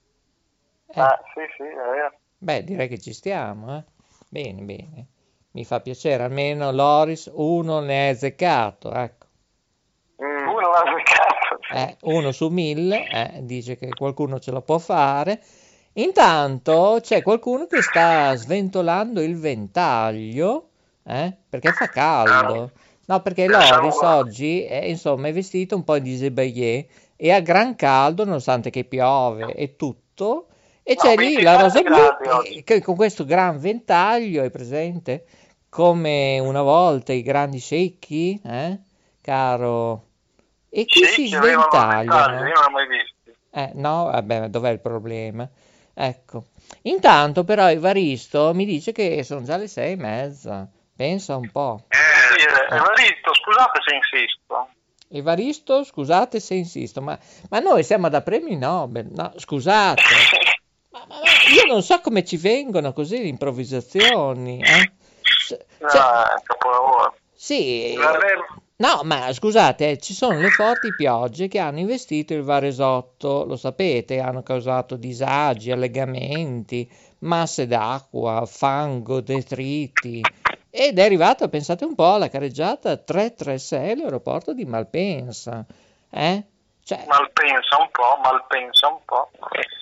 Sì, è vero. Beh, direi che ci stiamo, Bene, bene. Mi fa piacere, almeno Loris uno ne ha azzeccato, ecco. Uno l'ha azzeccato. Uno su 1000, dice che qualcuno ce lo può fare. Intanto c'è qualcuno che sta sventolando il ventaglio, perché fa caldo. No, perché Loris oggi è vestito un po' di Zebaillé e ha gran caldo nonostante che piove e tutto. E c'è lì la 27 rosa gradi blu oggi. che con questo gran ventaglio, hai presente? Come una volta i grandi secchi, caro? E qui si Sì, che avevano ventaglio, sventagliano. io non l'ho mai visto. No, vabbè, ma dov'è il problema? Ecco. Intanto però Evaristo mi dice che sono già le 6:30. Pensa un po'. Evaristo, scusate se insisto. Evaristo, scusate se insisto, ma noi siamo da premi Nobel. No, scusate. Ma io non so come ci vengono così le improvvisazioni. No, è un capolavoro. Sì. Vabbè, No, ma scusate, ci sono le forti piogge che hanno investito il Varesotto, lo sapete, hanno causato disagi, allegamenti, masse d'acqua, fango, detriti. Ed è arrivata, pensate un po', alla careggiata 336 all'aeroporto di Malpensa. Cioè, Malpensa un po'.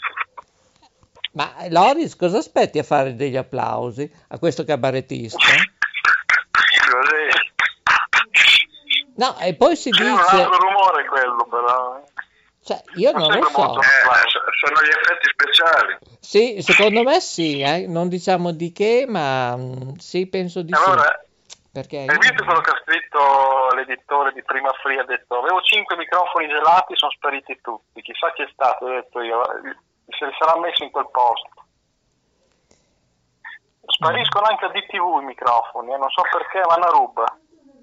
ma Loris, cosa aspetti a fare degli applausi a questo cabarettista? Così. No, e poi si C'è un dice... altro rumore quello, però. Cioè, io non lo sembra so. molto- sono gli effetti speciali. Sì, secondo me sì, non diciamo di che, ma sì, penso di Allora, sì. Perché hai visto quello che ha scritto l'editore di Prima Free? Ha detto, avevo 5 microfoni gelati, sono spariti tutti. Chissà chi è stato, ho detto io. Se li sarà messo in quel posto. Spariscono anche a DTV i microfoni, non so perché, ma è una ruba.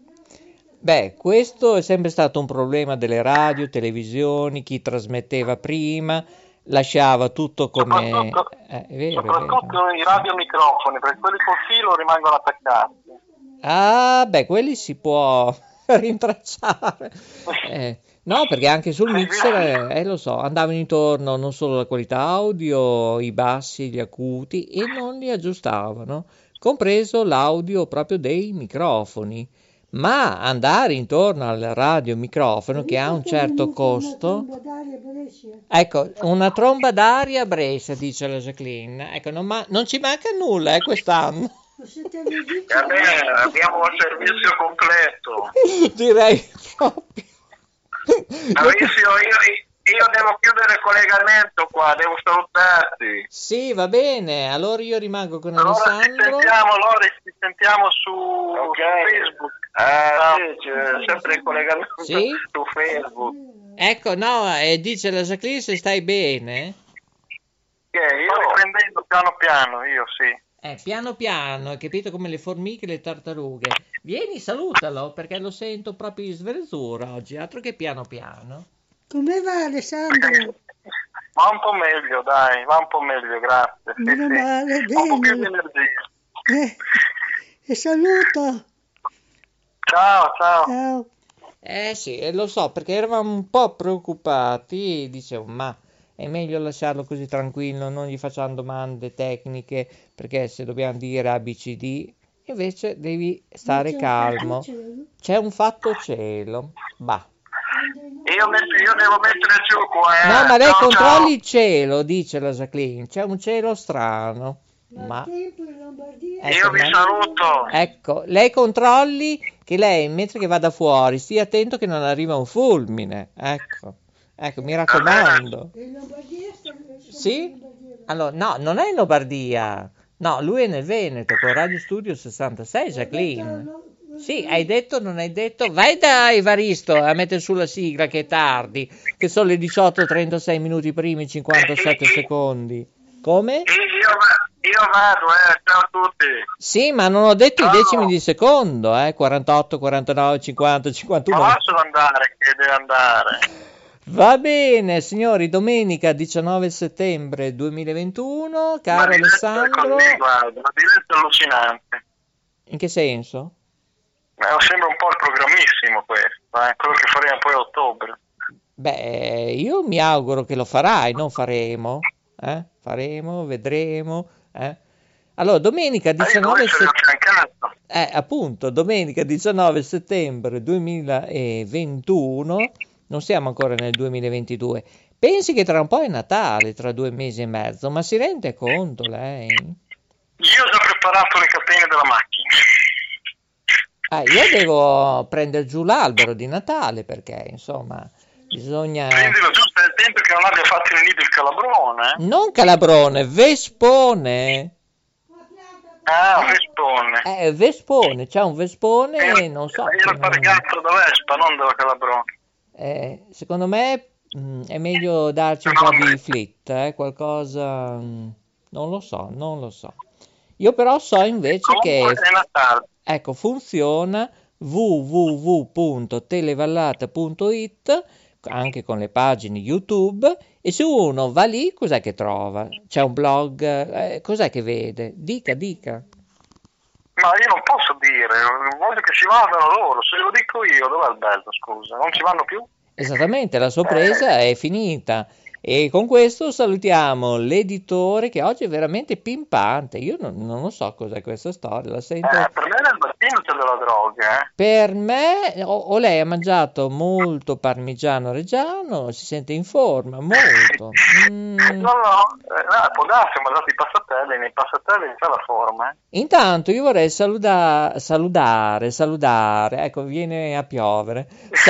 Beh, questo è sempre stato un problema delle radio, televisioni, chi trasmetteva prima, lasciava tutto come... è vero, è vero. Soprattutto i radiomicrofoni, perché quelli col filo rimangono attaccati. Ah, beh, quelli si può rintracciare. No, perché anche sul mixer, lo so, andavano intorno non solo la qualità audio, i bassi, gli acuti, e non li aggiustavano, compreso l'audio proprio dei microfoni. Ma andare intorno al radiomicrofono, che ha un certo costo... Ecco, una tromba d'aria a Brescia, dice la Jacqueline. Ecco, non ci manca nulla, quest'anno. Vabbè, abbiamo un servizio completo. Direi proprio. Maurizio, io devo chiudere il collegamento qua, devo salutarti. Sì, va bene, allora io rimango con Allora Alessandro. ci sentiamo su Facebook. Sì, c'è sempre il collegamento Sì? su Facebook. Ecco, no, dice la Jacqueline se stai bene. Che Sto io riprendendo piano piano, io sì. Piano piano, hai capito, come le formiche e le tartarughe. Vieni, salutalo, perché lo sento proprio in svezura oggi, altro che piano piano. Come va Alessandro? Va un po' meglio, dai, va un po' meglio, grazie. Sì, Meno sì. male, Un po' più di bene. energia. E saluto. Ciao. Ciao. Sì, lo so, perché eravamo un po' preoccupati, dicevo, ma è meglio lasciarlo così tranquillo, non gli facciamo domande tecniche, perché se dobbiamo dire ABCD, invece devi stare calmo. C'è un fatto cielo, bah. Io devo mettere giù qua. No, ma lei Ciao, controlli il cielo, dice la Jacqueline, c'è un cielo strano. Ma Io vi saluto. ecco, lei controlli che lei, mentre che vada fuori, stia attento che non arriva un fulmine. Ecco, mi raccomando. Sì? Allora, no, non è in Lombardia. No, lui è nel Veneto con Radio Studio 66, Jacqueline. Sì, hai detto, non hai detto? Vai da Evaristo a mettere sulla sigla che è tardi, che sono le 18:36 minuti primi, 57 secondi. Come? Io vado, ciao a tutti. Sì, ma non ho detto i Ciao. decimi di secondo, 48, 49, 50, 51. Ma lascialo andare, che deve andare. Va bene, signori, domenica 19 settembre 2021, caro Ma Alessandro. così, guarda, ma diventa allucinante. In che senso? Sembra un po' il programmissimo questo, quello che faremo poi a ottobre. Beh, io mi auguro che lo farai, non faremo. Faremo, vedremo. Allora, domenica 19 settembre. Appunto, domenica 19 settembre 2021, non siamo ancora nel 2022. Pensi che tra un po' è Natale, tra 2 mesi e mezzo, ma si rende conto lei? Io ho già preparato le catene della macchina. Io devo prendere giù l'albero di Natale perché, insomma, Bisogna... Prendilo giusto nel tempo che non abbia fatto il nido il calabrone. Non calabrone, vespone. Ah, vespone. Vespone, c'è un vespone, non so. Era targato da Vespa, non da calabrone. Secondo me è meglio darci un po' di flit, qualcosa... non lo so. Io però so invece che... È Natale. Ecco, funziona www.televallata.it, anche con le pagine YouTube, e se uno va lì, cos'è che trova? C'è un blog, cos'è che vede? Dica. Ma io non posso dire, voglio che ci vadano loro, se lo dico io, dov'è il bello, scusa? Non ci vanno più? Esattamente, la sorpresa è finita. E con questo salutiamo l'editore, che oggi è veramente pimpante. Io non lo so cos'è questa storia, la sento... Per me nel mattino c'è della droga, Per me, o lei ha mangiato molto parmigiano reggiano, si sente in forma, molto. No, può darsi, ho mangiato i passatelli, nei passatelli c'è la forma, Intanto io vorrei salutare, ecco, viene a piovere.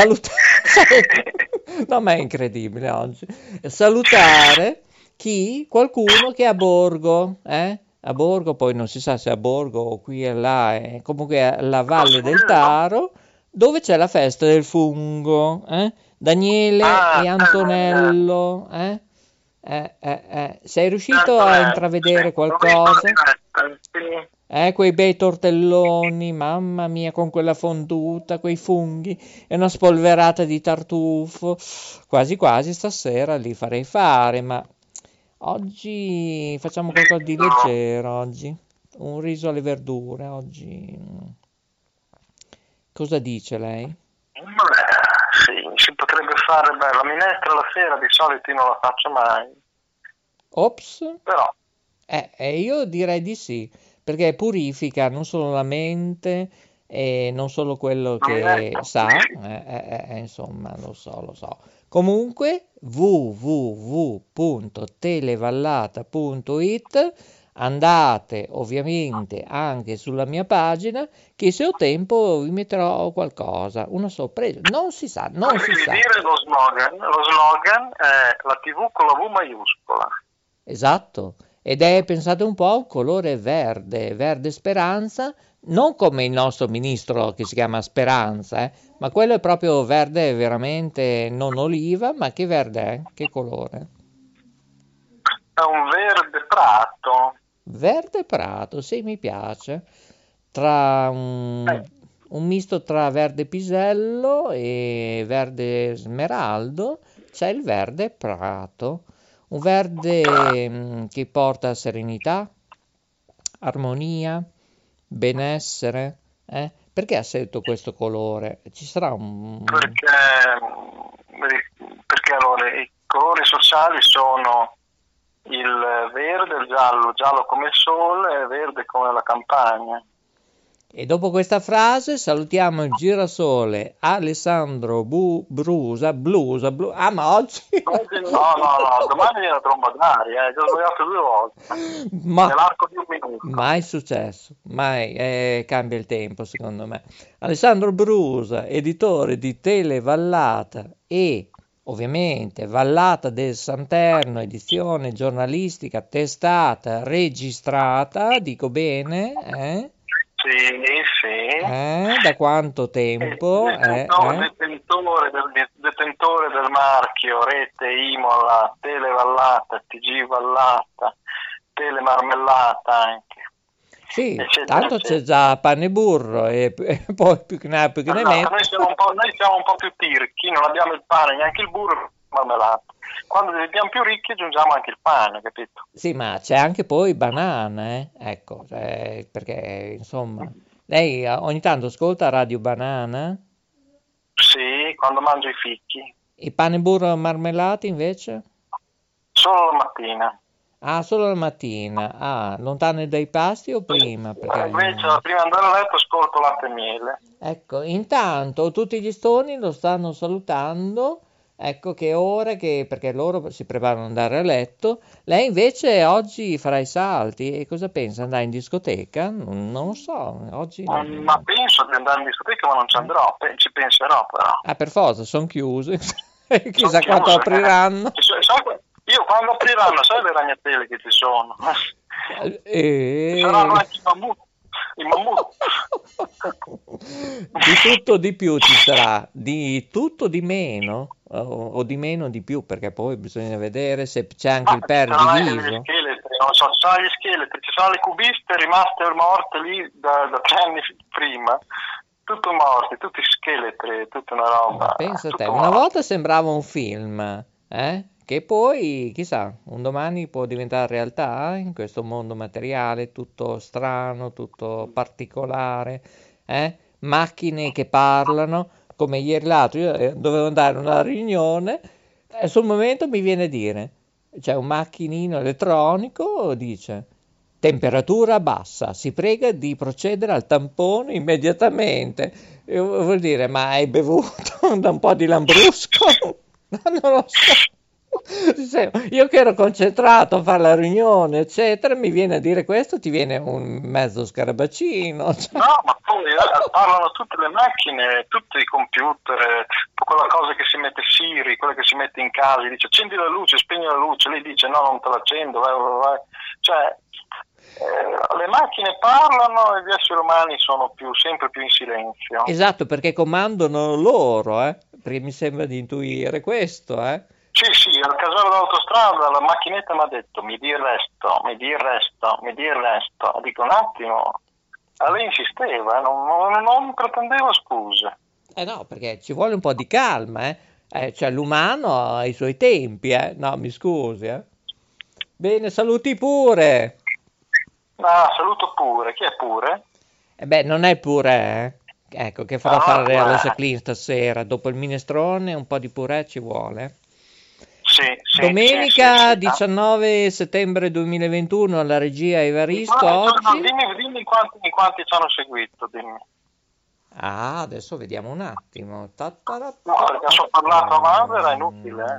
No, ma è incredibile oggi. Salutare qualcuno che è a Borgo, A Borgo, poi non si sa se è a Borgo o qui e là, comunque alla Valle del Taro, dove c'è la festa del fungo, Daniele e Antonello, Sei riuscito a intravedere qualcosa? Quei bei tortelloni, mamma mia, con quella fonduta, quei funghi e una spolverata di tartufo. Quasi quasi stasera li farei fare, ma oggi facciamo qualcosa di leggero, oggi. Un riso alle verdure, oggi. Cosa dice lei? Sì, si potrebbe fare, la minestra la sera di solito io non la faccio mai. Ops. Però. Io direi di sì, perché purifica non solo la mente e non solo quello che sa, insomma, lo so. Comunque www.televallata.it, andate ovviamente anche sulla mia pagina, che se ho tempo vi metterò qualcosa, una sorpresa, non si sa. Dire lo slogan è la TV con la V maiuscola. Esatto. Ed è, pensate un po', un colore verde speranza, non come il nostro ministro che si chiama Speranza, ma quello è proprio verde veramente, non oliva, ma che verde è? Che colore? È un verde prato. Verde prato, sì, mi piace. Tra un misto tra verde pisello e verde smeraldo, c'è il verde prato. Un verde che porta serenità, armonia, benessere. Perché ha scelto questo colore? Ci sarà un... Perché allora i colori sociali sono il verde, il giallo come il sole e verde come la campagna. E dopo questa frase salutiamo il girasole Alessandro Blusa. Ma oggi... No, domani viene la tromba d'aria, già sbagliato 2 volte. Nell'arco di un minuto. Mai successo, mai, cambia il tempo secondo me. Alessandro Brusa, editore di Televallata e ovviamente Vallata del Santerno, edizione giornalistica, testata, registrata, dico bene, Sì. Da quanto tempo? Detentore del marchio Rete Imola, Televallata, TG Vallata, Telemarmellata anche. Sì, tanto c'è già pane e burro e poi più che ne mette. Noi siamo un po' più tirchi, non abbiamo il pane, neanche il burro e marmellata. Quando diventiamo più ricchi aggiungiamo anche il pane, capito? Sì, ma c'è anche poi banana, ecco, perché insomma, lei ogni tanto ascolta Radio Banana? Sì, quando mangio i fichi. E pane, burro e marmellata invece? Solo la mattina. Ah, solo la mattina. Lontane dai pasti o prima? Perché... Invece prima di andare a letto ascolto latte e miele. Ecco, intanto tutti gli stoni lo stanno salutando. Ecco che ora perché loro si preparano ad andare a letto, lei invece oggi farà i salti e cosa pensa? Andare in discoteca? Non lo so, oggi... Ma penso di andare in discoteca ma non ci andrò, ci penserò però. Per forza, sono chiuse. Chissà quando apriranno. Io quando apriranno, sai le ragnatele che ci sono? Saranno anche i mammut. Di tutto di più ci sarà, di tutto di meno, o di meno di più, perché poi bisogna vedere se c'è anche il perdiviso. Non so, ci sono gli scheletri, ci sono le cubiste rimaste morte lì da 3 anni prima. Tutto morti, tutti scheletri, tutta una roba. Ma pensa te, una volta sembrava un film, che poi, chissà, un domani può diventare realtà in questo mondo materiale, tutto strano, tutto particolare, macchine che parlano, come ieri l'altro, io dovevo andare a una riunione e sul momento mi viene a dire, c'è un macchinino elettronico, dice... Temperatura bassa, si prega di procedere al tampone immediatamente. Vuol dire, ma hai bevuto da un po' di lambrusco? Non lo so. Io che ero concentrato a fare la riunione, eccetera, mi viene a dire questo, ti viene un mezzo scarabaccino. No, ma poi parlano tutte le macchine, tutti i computer, quella cosa che si mette Siri, quella che si mette in casa, dice accendi la luce, spegni la luce, lei dice no, non te l'accendo, vai. Cioè, le macchine parlano e gli esseri umani sono sempre più in silenzio. Esatto, perché comandano loro, perché mi sembra di intuire questo, Sì, al casello dell'autostrada la macchinetta mi ha detto mi dia il resto. Dico un attimo, lei insisteva, non pretendeva scuse. No, perché ci vuole un po' di calma, cioè l'umano ha i suoi tempi, no, mi scusi, Bene, saluti pure. Ah, saluto pure. Chi è pure? Non è pure, Ecco, che farò fare alla Jacqueline stasera. Dopo il minestrone un po' di purè ci vuole. Sì, Domenica sì, 19 settembre 2021 alla regia Evaristo. Oggi... Dimmi quanti ci hanno seguito, dimmi. Ah, adesso vediamo un attimo. No, perché sono parlato a mano, era inutile.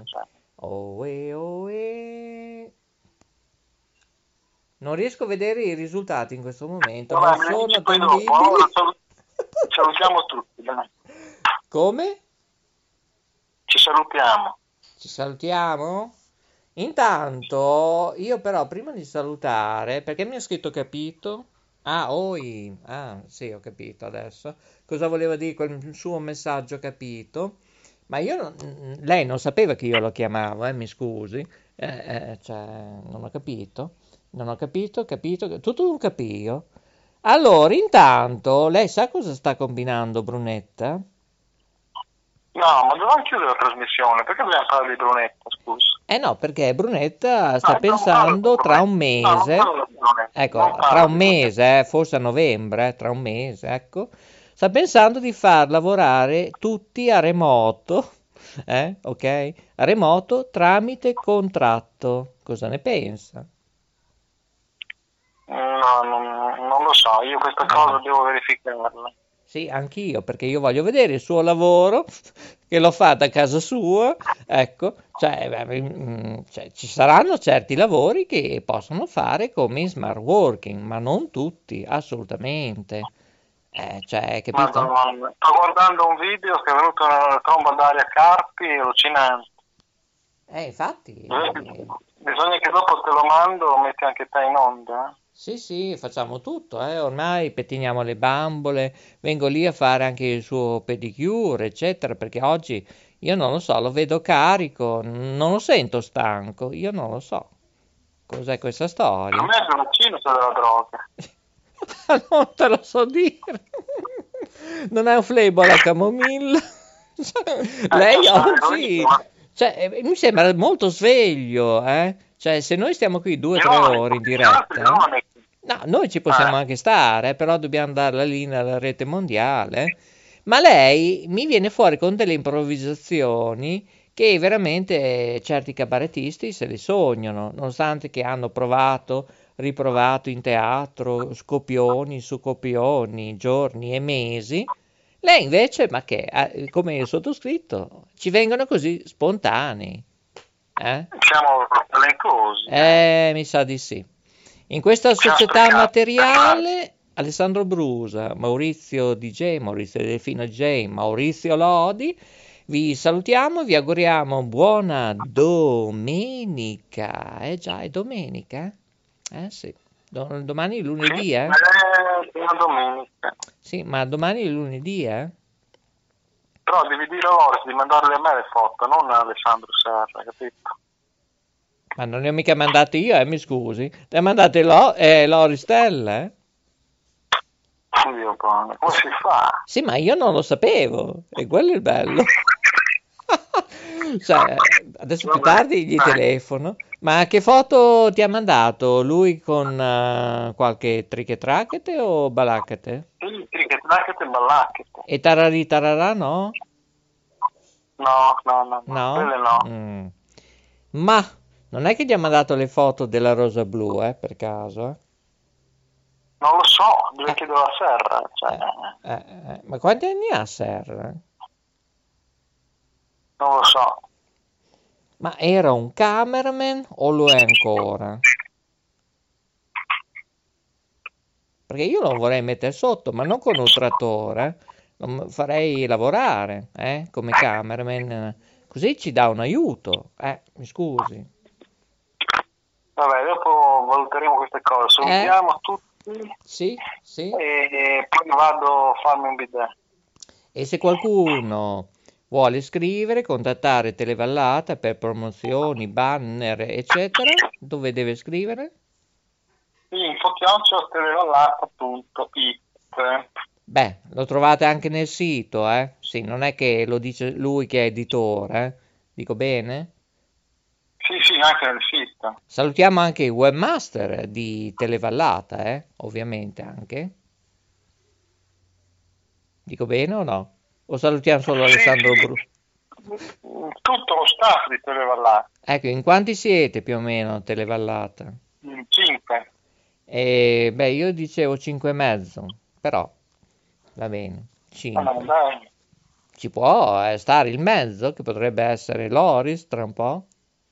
Non riesco a vedere i risultati in questo momento, ma non sono attendibili. Salutiamo tutti, dai. Come? Ci salutiamo. Ci salutiamo? Intanto, io però prima di salutare, perché mi ha scritto capito? Sì, ho capito adesso. Cosa voleva dire quel suo messaggio capito? Ma lei non sapeva che io lo chiamavo, mi scusi. Non ho capito. Non ho capito, tutto un capio. Allora, intanto, lei sa cosa sta combinando Brunetta? No, ma dovevamo chiudere la trasmissione, perché dobbiamo parlare di Brunetta, scusa? No, perché Brunetta sta pensando tra un mese, tra un mese, forse a novembre, tra un mese, ecco, sta pensando di far lavorare tutti a remoto, ok? A remoto tramite contratto. Cosa ne pensa? No, non lo so, io questa cosa devo verificarla. Sì, anch'io, perché io voglio vedere il suo lavoro, che lo fa da casa sua, ecco, ci saranno certi lavori che possono fare come in smart working, ma non tutti, assolutamente. Capito? Madonna, sto guardando un video che è venuto una tromba d'aria a Carpi, allucinante. Infatti. Bisogna che dopo te lo mando, lo metti anche te in onda. Sì, facciamo tutto, ormai pettiniamo le bambole, vengo lì a fare anche il suo pedicure, eccetera, perché oggi io non lo so, lo vedo carico, non lo sento stanco, io non lo so. Cos'è questa storia? A me è il vaccino, c'è della droga. Non te lo so dire. Non è un flebo alla camomilla? Lei oggi... mi sembra molto sveglio, se noi stiamo qui 2 o 3 ore in diretta, no, noi ci possiamo anche stare, però dobbiamo dare la linea alla rete mondiale. Ma lei mi viene fuori con delle improvvisazioni che veramente certi cabarettisti se le sognano, nonostante che hanno riprovato in teatro, scopioni su copioni, giorni e mesi. Lei invece, ma che, come il sottoscritto, ci vengono così spontanei. Siamo talentuosi. Mi sa di sì. In questa società materiale, Alessandro Brusa, Maurizio DJ, Maurizio Delfino J, Maurizio Lodi, vi salutiamo, vi auguriamo buona domenica. Già, è domenica? Sì. Domani è lunedì, Sì, è una domenica. Sì, ma domani è lunedì, Però devi dire a Loris di mandarle a me le foto, non a Alessandro Serra, capito? Ma non le ho mica mandate io, mi scusi. Le ha mandate Loristella, Dio buono, come si fa? Sì, ma io non lo sapevo, e quello è il bello. Cioè, adesso più tardi gli telefono. Ma che foto ti ha mandato? Lui con qualche trichetrachete o balacchete? Sì, trichetrachete e balacchete. E tararì tararà no? No? Quelle no. Ma non è che gli ha mandato le foto della rosa blu, per caso? Non lo so, le chiedo a Serra. Cioè. Ma quanti anni ha Serra? Non lo so. Ma era un cameraman o lo è ancora? Perché io lo vorrei mettere sotto, ma non con un trattore. Lo farei lavorare, come cameraman. Così ci dà un aiuto. Mi scusi. Vabbè, dopo valuteremo queste cose. Salutiamo tutti. Sì. E poi vado a farmi un bidet. E se qualcuno vuole scrivere, contattare Televallata per promozioni, banner, eccetera, dove deve scrivere? info@televallata.it. Beh, lo trovate anche nel sito, Sì, non è che lo dice lui che è editore, Dico bene? Sì, anche nel sito. Salutiamo anche il webmaster di Televallata, ovviamente anche. Dico bene o no? O salutiamo solo Alessandro Bru? Tutto lo staff di Televallata. Ecco, in quanti siete più o meno Televallata? 5. Io dicevo 5 e mezzo, però va bene, 5. Dai. Ci può stare il mezzo, che potrebbe essere Loris tra un po'?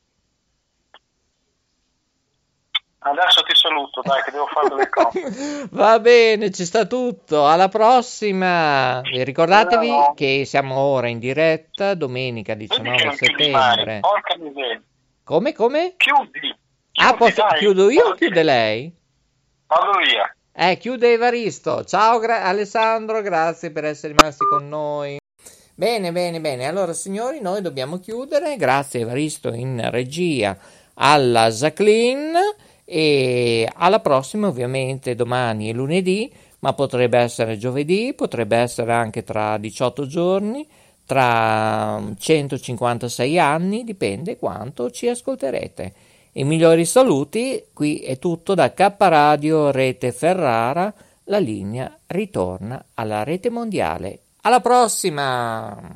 Adesso ti saluto, dai, che devo fare delle cose. Va bene, ci sta tutto. Alla prossima. E ricordatevi che siamo ora in diretta domenica 19 settembre. Porca miseria. Come? Chiudi. Chiudo io o chiude lei? Vado via. Chiude Evaristo. Ciao Alessandro, grazie per essere rimasti con noi. Bene. Allora, signori, noi dobbiamo chiudere. Grazie Evaristo in regia, alla Jacqueline. E alla prossima, ovviamente domani è lunedì, ma potrebbe essere giovedì, potrebbe essere anche tra 18 giorni, tra 156 anni, dipende quanto ci ascolterete. I migliori saluti, qui è tutto da K Radio Rete Ferrara, la linea ritorna alla rete mondiale. Alla prossima!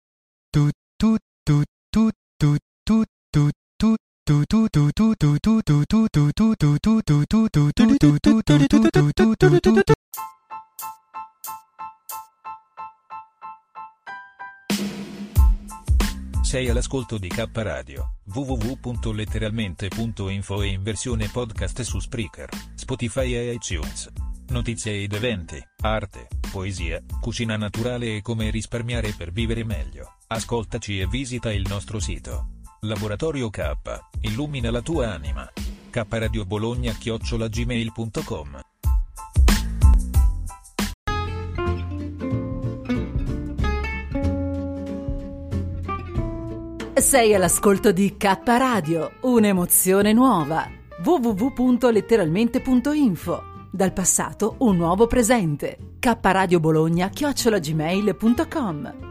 Sei all'ascolto di K Radio, www.letteralmente.info e in versione podcast su Spreaker, Spotify e iTunes. Notizie ed eventi, arte, poesia, cucina naturale e come risparmiare per vivere meglio. Ascoltaci e visita il nostro sito. Laboratorio K, illumina la tua anima. kradiobologna@gmail.com. Sei all'ascolto di K Radio, un'emozione nuova. www.letteralmente.info. Dal passato un nuovo presente. kradiobologna@gmail.com.